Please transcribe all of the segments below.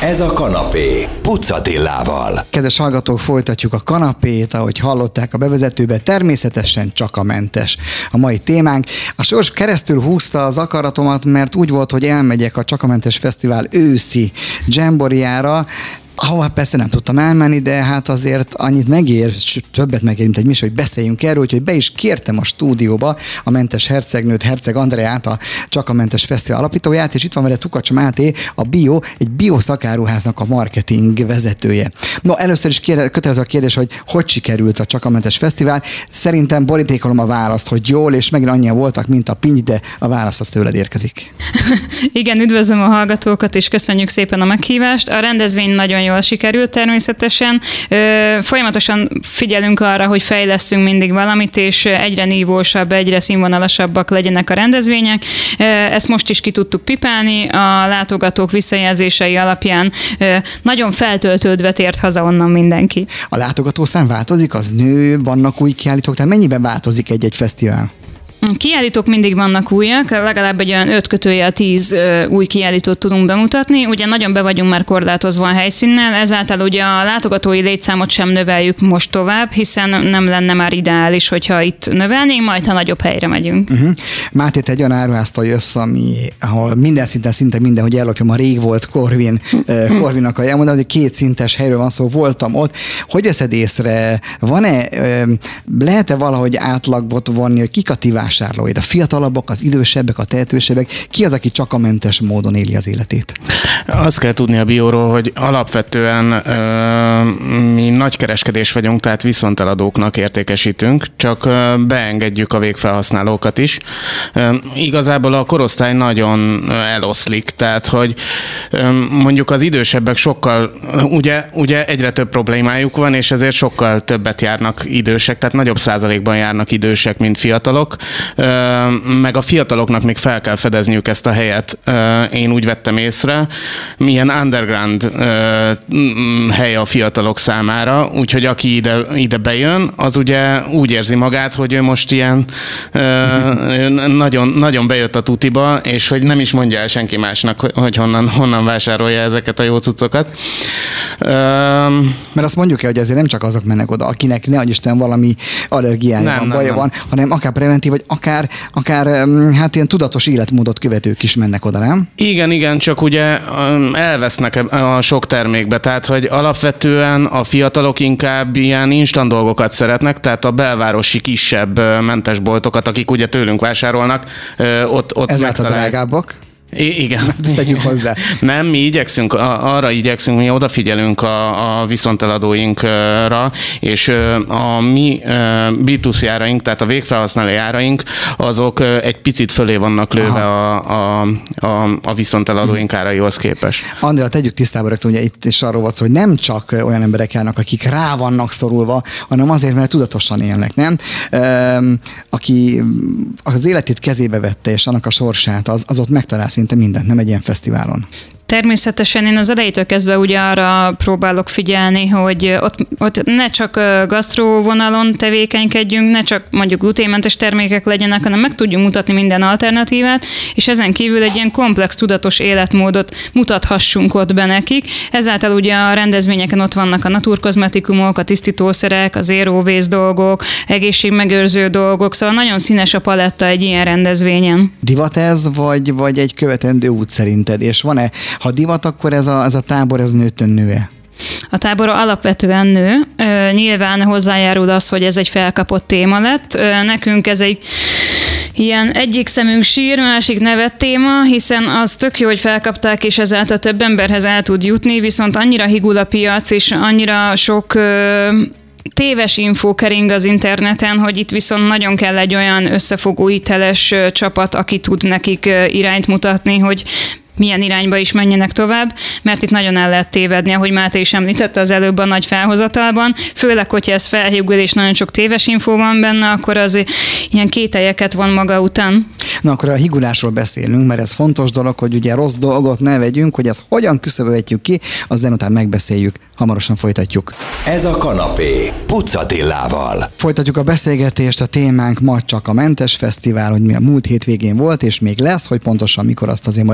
Ez a kanapé Pucz Attilával. Kedves hallgatók, folytatjuk a kanapét, ahogy hallották a bevezetőbe, természetesen csak a mentes a mai témánk. A sors keresztül húzta az akaratomat, mert úgy volt, hogy elmegyek a Csak a Mentes Fesztivál őszi dzsemboriára, ahol persze nem tudtam elmenni, de hát azért annyit megér, többet megér, mint egy műsor, hogy beszéljünk erről, úgyhogy be is kértem a stúdióba a Mentes hercegnőt, Herceg Andreát, a Csak a Mentes Fesztivál alapítóját, és itt van vele Tukacs Máté, egy bioszakáruháznak a marketing vezetője. No, először is kötelező a kérdés, hogy sikerült a Csak a Mentes Fesztivál. Szerintem borítékolom a választ, hogy jól, és megint annyian voltak, mint a pinty, de a válasz az tőled érkezik. Igen, üdvözlöm a hallgatókat, és köszönjük szépen a meghívást. A rendezvény nagyon jól sikerült természetesen. Folyamatosan figyelünk arra, hogy fejleszünk mindig valamit, és egyre nívósabb, egyre színvonalasabbak legyenek a rendezvények. Ezt most is ki tudtuk pipálni. A látogatók visszajelzései alapján nagyon feltöltődve tért haza onnan mindenki. A látogatószám változik, az nő, vannak új kiállítók, tehát mennyiben változik egy-egy fesztivál? Kiállítók mindig vannak újak, legalább egy olyan 5-10 új kiállítót tudunk bemutatni. Ugye nagyon be vagyunk már korlátozva a helyszínnel, ezáltal ugye a látogatói létszámot sem növeljük most tovább, hiszen nem lenne már ideális, hogyha itt növelnénk, majd ha nagyobb helyre megyünk. Máté, te egy olyan áruháztól jössz, ahol minden szinten, szinte minden, hogy ellopjam, a rég volt Corvinnak a jelmondat, hogy 2 szintes helyről van szó, voltam ott. Hogy veszed észre, lehet-e valahogy átlagot vonni, hogy kik a ti vásárlóid? A fiatalabbak, az idősebbek, a tehetősebbek? Ki az, aki csak a mentes módon éli az életét? Azt kell tudni a bióról, hogy alapvetően mi nagykereskedés vagyunk, tehát viszonteladóknak értékesítünk, csak beengedjük a végfelhasználókat is. Igazából a korosztály nagyon eloszlik, tehát hogy mondjuk az idősebbek sokkal, ugye egyre több problémájuk van, és ezért sokkal többet járnak idősek, tehát nagyobb százalékban járnak idősek, mint fiatalok, meg a fiataloknak még fel kell fedezniük ezt a helyet. Én úgy vettem észre, milyen underground hely a fiatalok számára, úgyhogy aki ide bejön, az ugye úgy érzi magát, hogy ő most ilyen nagyon, nagyon bejött a tutiba, és hogy nem is mondja el senki másnak, hogy honnan vásárolja ezeket a jó cuccokat. Mert azt mondjuk el, hogy ezért nem csak azok mennek oda, akinek ne adj Isten valami allergiája van, baja van, hanem akár preventív, vagy akár hát ilyen tudatos életmódot követők is mennek oda, nem? Igen, csak ugye elvesznek a sok termékbe, tehát hogy alapvetően a fiatalok inkább ilyen instant dolgokat szeretnek, tehát a belvárosi kisebb mentesboltokat, akik ugye tőlünk vásárolnak, ott ezáltal drágábbak. Igen. Ezt tegyük hozzá. Nem, mi igyekszünk, arra igyekszünk, mi odafigyelünk a viszonteladóinkra, és a mi B2C áraink, tehát a végfelhasználói áraink, azok egy picit fölé vannak lőve a viszonteladóink áraihoz képest. Andrea, tegyük tisztába rögtön, ugye itt is arról volt szó, hogy nem csak olyan emberek járnak, akik rá vannak szorulva, hanem azért, mert tudatosan élnek, nem? Aki az életét kezébe vette, és annak a sorsát, az ott megtalál szinte mindent, nem egy ilyen fesztiválon. Természetesen én az elejétől kezdve ugye arra próbálok figyelni, hogy ott ne csak gasztró vonalon tevékenykedjünk, ne csak mondjuk gluténmentes termékek legyenek, hanem meg tudjunk mutatni minden alternatívát, és ezen kívül egy ilyen komplex, tudatos életmódot mutathassunk ott be nekik. Ezáltal ugye a rendezvényeken ott vannak a naturkozmetikumok, a tisztítószerek, az zero waste dolgok, egészségmegőrző dolgok, szóval nagyon színes a paletta egy ilyen rendezvényen. Divat ez, vagy egy követendő út szerinted? És van-e, ha divat, akkor ez a tábor, ez nőttön nő-e? A tábor alapvetően nő. Nyilván hozzájárul az, hogy ez egy felkapott téma lett. Nekünk ez egy ilyen egyik szemünk sír, másik nevet téma, hiszen az tök jó, hogy felkapták, és ezáltal több emberhez el tud jutni, viszont annyira higul a piac, és annyira sok téves infó kering az interneten, hogy itt viszont nagyon kell egy olyan összefogó, hiteles csapat, aki tud nekik irányt mutatni, hogy milyen irányba is menjenek tovább, mert itt nagyon el lehet tévedni, ahogy Máté is említette az előbb a nagy felhozatalban, főleg, hogyha ez felhígul és nagyon sok téves infó van benne, akkor az ilyen kételyeket von maga után. Na akkor a higulásról beszélünk, mert ez fontos dolog, hogy ugye rossz dolgot ne vegyünk, hogy ezt hogyan küszöbölhetjük ki, aztán után megbeszéljük. Hamarosan folytatjuk. Ez a kanapé Pucz Attilával. Folytatjuk a beszélgetést, a témánk ma csak a Mentes Fesztivál, hogy mi a múlt hétvégén volt, és még lesz, hogy pontosan mikor azt azért majd úgy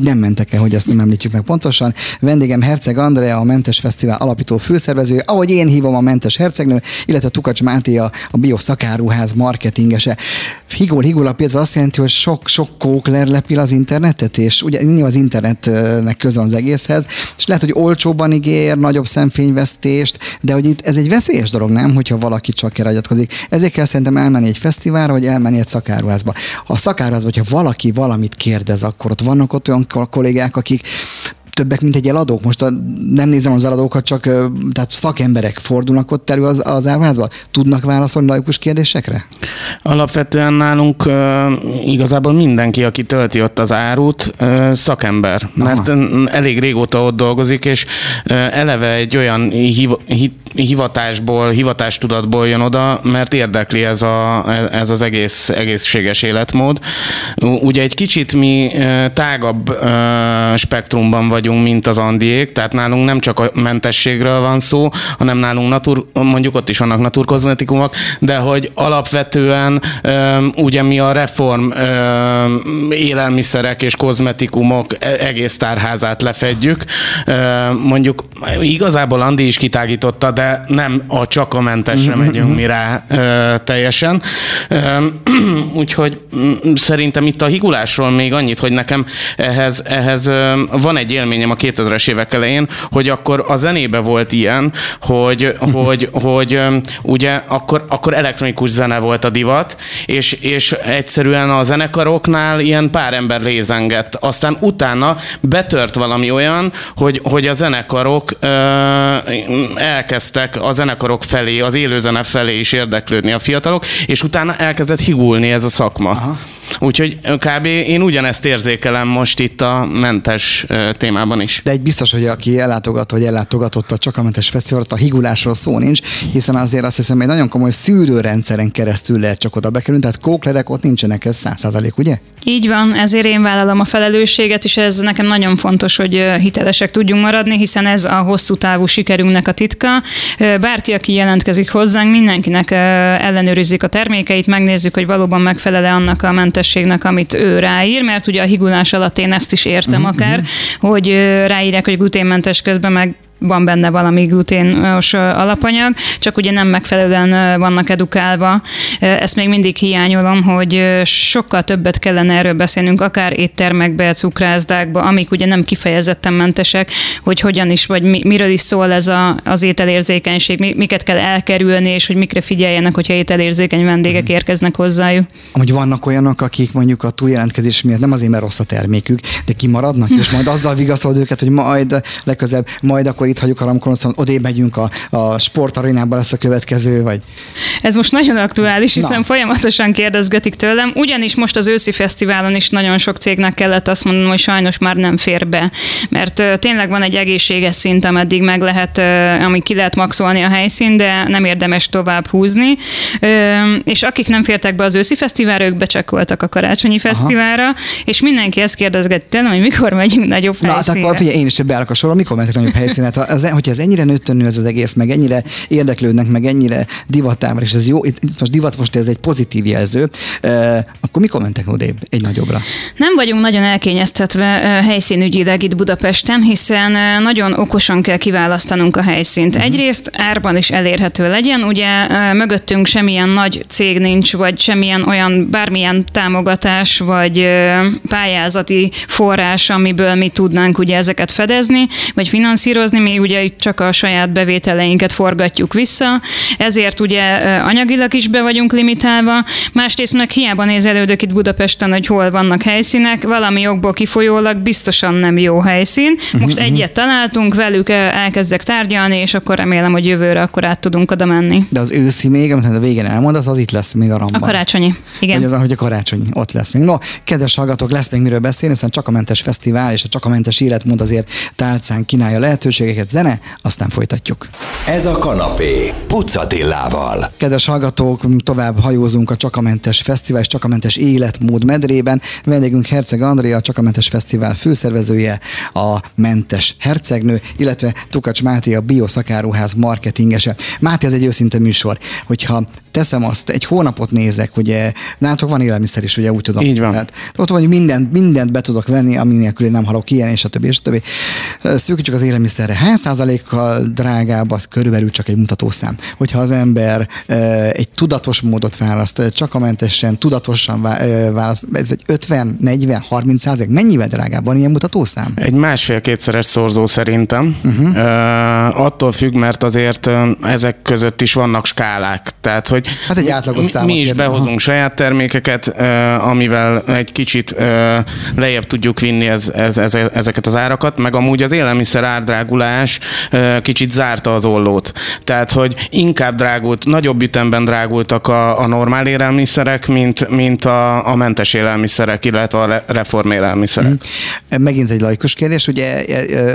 úgy nem mentek el, hogy ezt nem említjük meg pontosan. Vendégem Herceg Andrea, a Mentes Fesztivál alapító főszervezője, ahogy én hívom, a Mentes Hercegnő, illetve Tukacs Máté, a Bio szakáruház marketingese. Higul a piac azt jelenti, hogy sok kókler lepil az internetet, és ugye nyilván az internetnek közel az egészhez, és lehet, hogy olcsóbban ígér, nagyobb szemfényvesztést, de hogy itt ez egy veszélyes dolog, nem, hogyha valaki csak erre agyatkozik. Ezért kell szerintem elmenni egy fesztiválra, vagy elmenni egy szakáruházba. Ha a szakáruházba, hogyha valaki valamit kérdez, akkor ott vannak ott olyan kollégák, akik többek, mint egy eladók. Most nem nézem az eladókat, csak tehát szakemberek fordulnak ott elő az áruházba. Tudnak válaszolni laikus kérdésekre? Alapvetően nálunk igazából mindenki, aki tölti ott az árut, szakember. Mert elég régóta ott dolgozik, és eleve egy olyan hivatástudatból jön oda, mert érdekli ez az egészséges életmód. Ugye egy kicsit mi tágabb spektrumban vagyunk, mint az Andiék, tehát nálunk nem csak a mentességről van szó, hanem nálunk mondjuk ott is vannak naturkozmetikumok, de hogy alapvetően ugye mi a reform élelmiszerek és kozmetikumok egész tárházát lefedjük. Mondjuk igazából Andi is kitágította, de nem csak a mentesre megyünk mi rá teljesen. Úgyhogy szerintem itt a higulásról még annyit, hogy nekem ehhez van egy élményem a 2000-es évek elején, hogy akkor a zenébe volt ilyen, hogy ugye akkor elektronikus zene volt a divat, és egyszerűen a zenekaroknál ilyen pár ember lézengett. Aztán utána betört valami olyan, hogy a zenekarok elkezdtek a zenekarok felé, az élőzene felé is érdeklődni a fiatalok, és utána elkezdett higulni ez a szakma. Aha. Úgyhogy kb. Én ugyanezt érzékelem most itt a mentes témában is. De egy biztos, hogy aki ellátogat, vagy ellátogatott a Csak a Mentes Fesztivált, a higulásról szó nincs, hiszen azért azt hiszem, egy nagyon komoly szűrőrendszeren keresztül lehet csak oda bekerülni, tehát kóklerek ott nincsenek, ez 100%, ugye? Így van, ezért én vállalom a felelősséget, és ez nekem nagyon fontos, hogy hitelesek tudjunk maradni, hiszen ez a hosszú távú sikerünknek a titka. Bárki, aki jelentkezik hozzánk, mindenkinek ellenőrizzük a termékeit, megnézzük, hogy valóban megfelel-e annak a mentességnek, amit ő ráír, mert ugye a higulás alatt én ezt is értem akár, hogy ráírják, hogy gluténmentes, közben meg van benne valami gluténos alapanyag, csak ugye nem megfelelően vannak edukálva. Ezt még mindig hiányolom, hogy sokkal többet kellene erről beszélnünk, akár éttermekbe, cukrászdákba, amik ugye nem kifejezetten mentesek, hogy hogyan is, vagy miről is szól ez az ételérzékenység, miket kell elkerülni, és hogy mikre figyeljenek, hogyha ételérzékeny vendégek érkeznek hozzájuk. Amúgy vannak olyanok, akik mondjuk a túljelentkezés miatt nem azért, mert rossz a termékük, de kimaradnak, és majd azzal vigasztalod őket, hogy majd legközelebb, majd akkor itt hagyjuk a Ramkonoszon, odébb megyünk a sportarénában lesz a következő, vagy... Ez most nagyon aktuális, hiszen folyamatosan kérdezgetik tőlem, ugyanis most az őszi fesztiválon is nagyon sok cégnek kellett azt mondanom, hogy sajnos már nem fér be, mert tényleg van egy egészséges szint, ameddig meg lehet, amíg ki lehet maxolni a helyszín, de nem érdemes tovább húzni, és akik nem fértek be az őszi fesztiválra, ők becsekkoltak a karácsonyi fesztiválra, és mindenki ezt kérdezgeti tőlem, hogy mikor megyünk nagyobb helyszínre. Na, hát akkor én is beállok a sorra, mikor mentek nagyobb helyszínet? Hogyha ez ennyire nőttön nő ez az egész, meg ennyire érdeklődnek, meg ennyire divatában, és ez jó, itt most divat, most ez egy pozitív jelző, akkor mikor mentek odébb egy nagyobbra? Nem vagyunk nagyon elkényeztetve helyszínügyileg itt Budapesten, hiszen nagyon okosan kell kiválasztanunk a helyszínt. Egyrészt árban is elérhető legyen, ugye mögöttünk semmilyen nagy cég nincs, vagy semmilyen olyan bármilyen támogatás, vagy pályázati forrás, amiből mi tudnánk ugye ezeket fedezni, vagy finanszírozni, mi ugye itt csak a saját bevételeinket forgatjuk vissza, ezért ugye anyagilag is be vagyunk limitálva, másrészt meg hiába nézelődök itt Budapesten, hogy hol vannak helyszínek, valami okból kifolyólag biztosan nem jó helyszín. Most egyet találtunk, velük elkezdek tárgyalni, és akkor remélem, hogy jövőre akkor át tudunk oda menni. De az őszi még, amit a végén elmondasz, az itt lesz még a Ramban. A karácsonyi, igen. Hogy a karácsonyi ott lesz még. No, kedves hallgatók, lesz még miről beszélni, aztán Csak a Mentes Fesztivál és a Csak a Mentes Életmód azért tálcán kínálja lehetőséget. érdekességeket, zene, aztán folytatjuk. Ez a kanapé Pucatillával. Kedves hallgatók, tovább hajózunk a Csakamentes Fesztivál és Csakamentes Életmód medrében. Vendégünk Herceg Andrea, a Csakamentes Fesztivál főszervezője, a Mentes hercegnő, illetve Tukacs Máté, a Bioszakáruház marketingese. Máté, ez egy őszinte műsor. Hogyha teszem azt, egy hónapot nézek, ugye, nálatok van élelmiszer is, ugye, úgy tudom. Így van. Tehát, ott van, hogy mindent be tudok venni, ami nélkül én nem halok ilyen, és a többi, és a többi. Szűkítsük az élelmiszerre. Hány százalékkal drágább, az körülbelül csak egy mutatószám. Hogyha az ember egy tudatos módot választ, csakamentesen, tudatosan választ, ez egy 50, 40, 30%, mennyivel drágább van ilyen mutatószám? Egy 1,5-2-szeres szorzó szerintem. Attól függ, mert azért ezek között is vannak skálák. Tehát, hogy hát egy átlagos számot mi is behozunk saját termékeket, amivel egy kicsit lejjebb tudjuk vinni ezeket az árakat, meg amúgy az élelmiszer árdrágulás kicsit zárta az ollót. Tehát, hogy inkább drágult, nagyobb ütemben drágultak a normál élelmiszerek, mint a mentes élelmiszerek, illetve a reformélelmiszerek. Megint egy laikus kérdés, ugye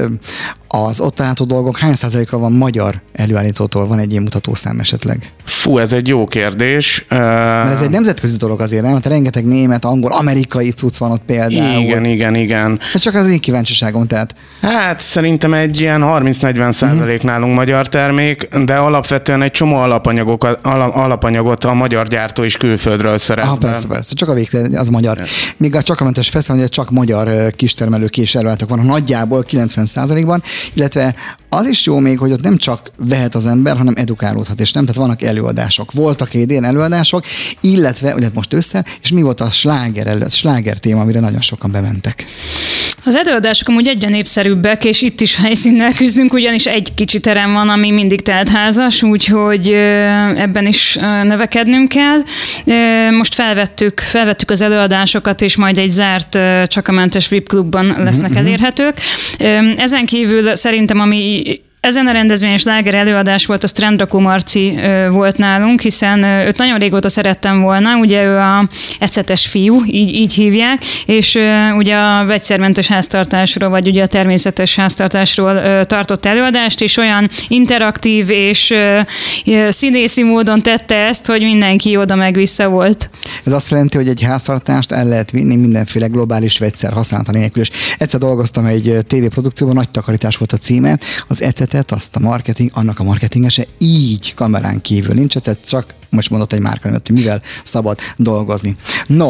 az ott található dolgok hány százaléka van magyar előállítótól, van egy ilyen mutatószám esetleg? Fú, ez egy jó kérdés. Mert ez egy nemzetközi dolog azért, nem? Hát rengeteg német, angol, amerikai cucc van ott például. Igen. Hát csak az én kíváncsiságom, tehát. Hát szerintem egy ilyen 30-40% nálunk magyar termék, de alapvetően egy csomó alapanyagot a magyar gyártó is külföldről szerez. Persze, csak a végtelen az magyar. Míg a Csakamentes Fesztivál, csak magyar kistermelők és előállítók van, nagyjából 90%-ban, illetve az is jó még, hogy ott nem csak vehet az ember, hanem edukálódhat, és nem, tehát vannak előadások. Voltak idén előadások, illetve, ugye most össze, és mi volt a sláger téma, amire nagyon sokan bementek. Az előadások amúgy egyre népszerűbbek, és itt is helyszínnel küzdünk, ugyanis egy kicsi terem van, ami mindig teltházas, úgyhogy ebben is növekednünk kell. Most felvettük az előadásokat, és majd egy zárt Csakamentes VIP klubban lesznek elérhetők. Ezen kívül szerintem, ami ezen a rendezvényen sláger előadás volt, a Strandrakó Marci volt nálunk, hiszen őt nagyon régóta szerettem volna, ugye ő a ecetes fiú, így hívják, és ugye a vegyszermentes háztartásról, vagy ugye a természetes háztartásról tartott előadást, és olyan interaktív és színészi módon tette ezt, hogy mindenki oda meg vissza volt. Ez azt jelenti, hogy egy háztartást el lehet vinni mindenféle globális vegyszer használata nélkül, és egyszer dolgoztam egy tévéprodukcióban, Nagy takarítás volt a címe, az ecetet, azt annak a marketingese így kamerán kívül nincs ecet, csak most mondott egy márka nevet, hogy mivel szabad dolgozni. No,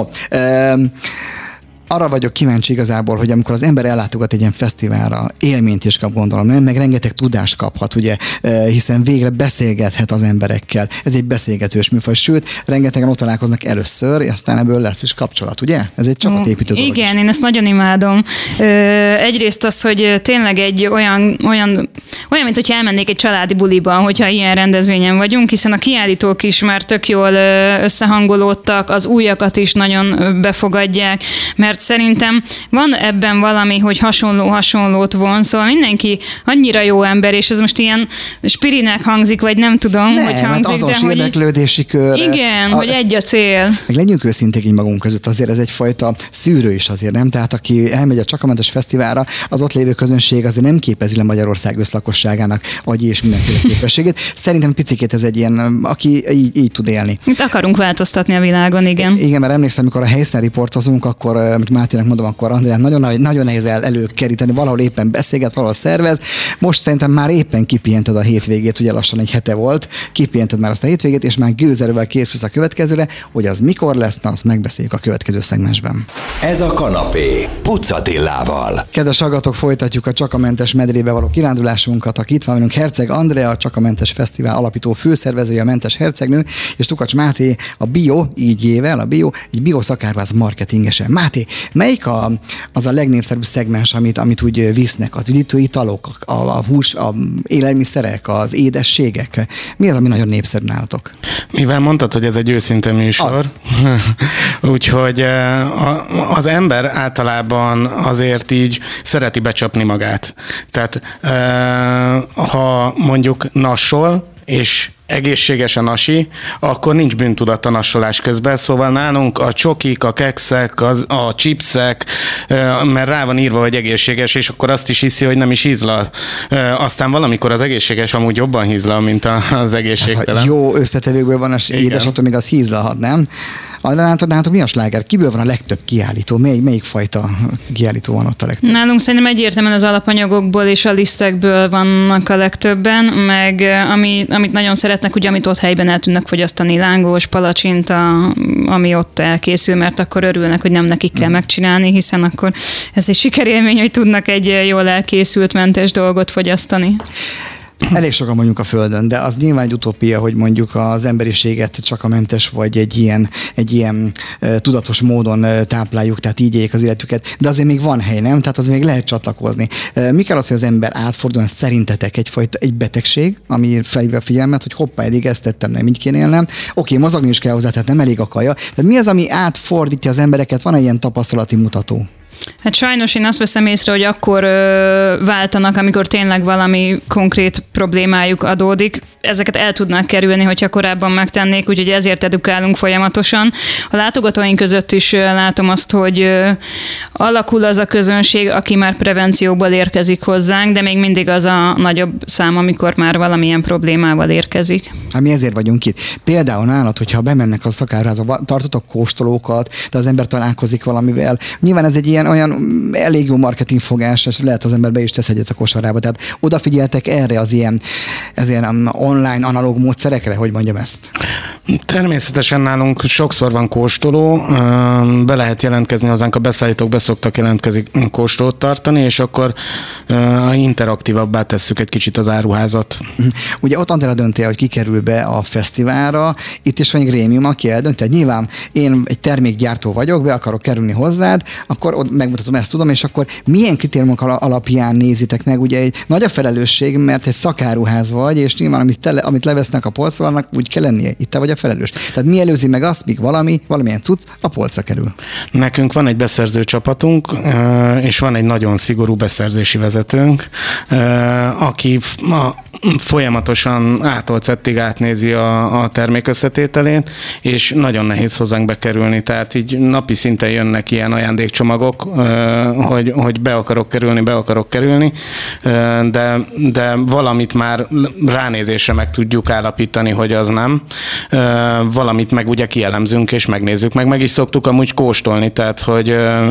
arra vagyok kíváncsi igazából, hogy amikor az ember ellátogat egy ilyen fesztiválra, élményt is kap, gondolom, nem? Meg rengeteg tudást kaphat, ugye, hiszen végre beszélgethet az emberekkel. Ez egy beszélgetős műfaj, sőt, rengetegen ott találkoznak először, és aztán ebből lesz is kapcsolat, ugye? Ez egy csapatépítő dolog. Igen, is. Én ezt nagyon imádom. Egyrészt az, hogy tényleg egy olyan, mint hogyha elmennék egy családi buliba, hogyha ilyen rendezvényen vagyunk, hiszen a kiállítók is már tök jól összehangolódtak, az újakat is nagyon befogadják, mert szerintem van ebben valami, hogy hasonlót von, szóval mindenki annyira jó ember, és ez most ilyen spirinek hangzik, vagy nem tudom, hogy hangzik, azonos de hogy érdeklődési kör. Igen, hogy egy a cél. Meg legyünk őszinték így magunk között, azért ez egyfajta szűrő is azért, nem? Tehát aki elmegy a Csakamentes Fesztiválra, az ott lévő közönség azért nem képezi le Magyarország összlakosságának agyi és mindenféle képességét. Szerintem picikét ez egy ilyen, aki így tud élni. Mit akarunk változtatni a világon, igen. Igen, mert emlékszem, amikor a helyszínen riportozunk, akkor Mátének mondom, akkor Andrát nagyon nehéz előkeríteni, valahol éppen beszélget, valahol szervez. Most szerintem már éppen kipihented a hétvégét, ugye lassan egy hete volt, kipihented már azt a hétvégét, és már gőzerővel készülsz a következőre, hogy az mikor lesz, azt megbeszéljük a következő szegmensben. Ez a kanapé Pucatillával. Kedves hallgatók, folytatjuk a Csakamentes medrébe való kirándulásunkat. Aki itt van velünk, Herceg Andrea, a Csakamentes Fesztivál alapító főszervezője, a Mentes hercegnő, és Tukacs Máté, a egy bioszakáruház marketingese. Máté, melyik az a legnépszerűbb szegmens, amit úgy visznek? Az üdítő italok, a hús, a élelmiszerek, az édességek? Mi az, ami nagyon népszerű nálatok? Mivel mondtad, hogy ez egy őszinte műsor, úgyhogy az ember általában azért így szereti becsapni magát. Tehát ha mondjuk nassol, és egészséges a nasi, akkor nincs bűntudat a nassolás közben, szóval nálunk a csokik, a kekszek, a chipsek, mert rá van írva, hogy egészséges, és akkor azt is hiszi, hogy nem is hízlal. Aztán valamikor az egészséges amúgy jobban hízlal, mint az egészségtelen. Hát, ha jó összetevőkből van az édes, attól még az hízlalhat, nem? Nálatok mi a sláger? Kiből van a legtöbb kiállító? Melyik fajta kiállító van ott a legtöbb? Nálunk szerintem egyértelműen az alapanyagokból és a lisztekből vannak a legtöbben, meg amit nagyon szeretnek, ugye amit ott helyben el tudnak fogyasztani, lángos, palacsinta, ami ott elkészül, mert akkor örülnek, hogy nem nekik kell megcsinálni, hiszen akkor ez egy sikerélmény, hogy tudnak egy jól elkészült mentes dolgot fogyasztani. Elég sokan mondjuk a Földön, de az nyilván egy utópia, hogy mondjuk az emberiséget csak a mentes vagy egy ilyen tudatos módon tápláljuk, tehát így éljék az életüket, de azért még van hely, nem? Tehát az még lehet csatlakozni. Mi kell az, hogy az ember átforduljon szerintetek egy betegség, ami felhívja a figyelmet, hogy hoppá, eddig ezt tettem, nem így kéne élnem. Oké, mozogni is kell hozzá, tehát nem elég a kaja. Tehát mi az, ami átfordítja az embereket? Van-e ilyen tapasztalati mutató? Hát sajnos én azt veszem észre, hogy akkor váltanak, amikor tényleg valami konkrét problémájuk adódik. Ezeket el tudnak kerülni, hogyha korábban megtennék, úgyhogy ezért edukálunk folyamatosan. A látogatóink között is látom azt, hogy alakul az a közönség, aki már prevencióból érkezik hozzánk, de még mindig az a nagyobb szám, amikor már valamilyen problémával érkezik. Hát mi ezért vagyunk itt. Például nálad, hogyha bemennek a szakárházba, tartotok kóstolókat, de az ember találkozik valamivel. Nyilván ez egy olyan elég jó marketingfogás, és lehet az ember be is tesz egyet a kosarába. Tehát odafigyeltek erre az ilyen online analóg módszerekre, hogy mondjam ezt? Természetesen nálunk sokszor van kóstoló, be lehet jelentkezni hozzánk, a beszállítók be szoktak jelentkezni kóstolót tartani, és akkor interaktívabbá tesszük egy kicsit az áruházat. Ugye ott Andrea dönti, hogy ki kerül be a fesztiválra, itt is van egy grémium, aki eldönti, hogy nyilván én egy termékgyártó vagyok, be akarok kerülni hozzád, akkor ott megmutatom, ezt tudom, és akkor milyen kritériumok alapján nézitek meg? Ugye egy nagy a felelősség, mert egy szakáruház vagy, és nyilván amit levesznek a polcról, annak úgy kell lennie. Itt te vagy a felelős. Tehát mi előzi meg azt, míg valamilyen cucc a polcra kerül? Nekünk van egy beszerző csapatunk, és van egy nagyon szigorú beszerzési vezetőnk, aki folyamatosan ától zettig átnézi a termék összetételét, és nagyon nehéz hozzánk bekerülni. Tehát így napi szinten jönnek ilyen ajándékcsomagok, hogy be akarok kerülni, de valamit már ránézésre meg tudjuk állapítani, hogy az nem. Valamit meg ugye kielemzünk és megnézzük, meg is szoktuk amúgy kóstolni, tehát hogy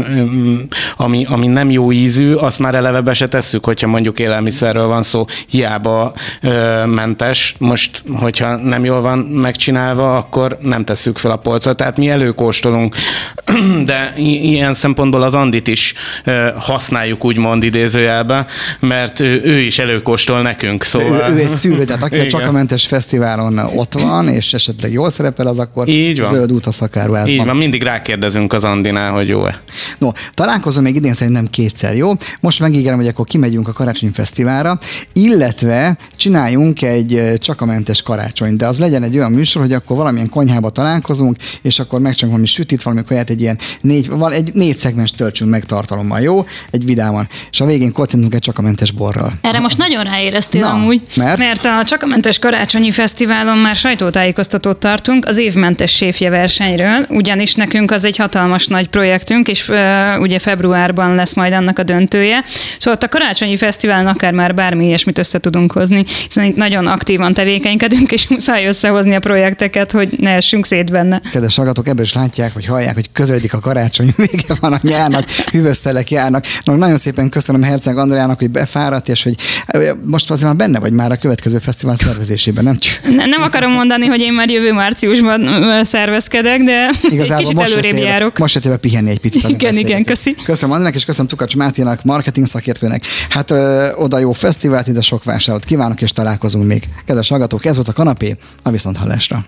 ami nem jó ízű, azt már eleve be se tesszük, hogyha mondjuk élelmiszerről van szó, hiába mentes. Most, hogyha nem jól van megcsinálva, akkor nem tesszük fel a polcra. Tehát mi előkóstolunk, de ilyen szempontból az Andit is használjuk úgymond idézőjelbe, mert ő is előkóstol nekünk. Szóval... Ő egy szűrő, tehát aki a Csak a Mentes Fesztiválon ott van, és esetleg jól szerepel, az akkor zöld út a szakáruházban. Így van, mindig rákérdezünk az Andinál, hogy jó-e. No, találkozom még idén szerintem kétszer, jó? Most megígérem, hogy akkor kimegyünk a Karácsony Fesztiválra, illetve csináljunk egy Csak a Mentes karácsony, de az legyen egy olyan műsor, hogy akkor valamilyen konyhába találkozunk, és akkor megcsinálunk valami sütit, valami kaját, egy 4 szegmens töltsünk meg tartalommal, jó? Egy vidáman. És a végén kocsintunk egy Csak a Mentes borral. Erre most nagyon ráéreztél amúgy, mert a Csak a Mentes Karácsonyi Fesztiválon már sajtótájékoztatót tartunk az évmentes séfje versenyről, ugyanis nekünk az egy hatalmas nagy projektünk, és ugye februárban lesz majd annak a döntője. Szóval a Karácsonyi Fesztiválon akár már bármi ilyesmit össze tudunk hozni, hiszen itt nagyon aktívan tevékenykedünk, és muszáj összehozni a projekteket, hogy ne essünk szét benne. Kedves hallgatók, ebből is látják, hogy hallják, hogy közeledik a karácsony, vége van a nyárnak, hűvös szelek járnak. Nagyon szépen köszönöm Herceg Andreának, hogy befáradt, és hogy most azért már benne vagy már a következő fesztivál szervezésében, nem? Nem akarom mondani, hogy én már jövő márciusban szervezkedek, de igazából kicsit előrébb járok. Most jöttél pihenni egy picit. Igen, köszi. Köszönöm Andrének, és köszönöm Tukacs Máténak, marketing szakértőnek. Hát oda jó fesztivált, ide sok vásárlót kívánok, és találkozunk még. Kedves hallgatók, ez volt a Kanapé, a viszonthallásra.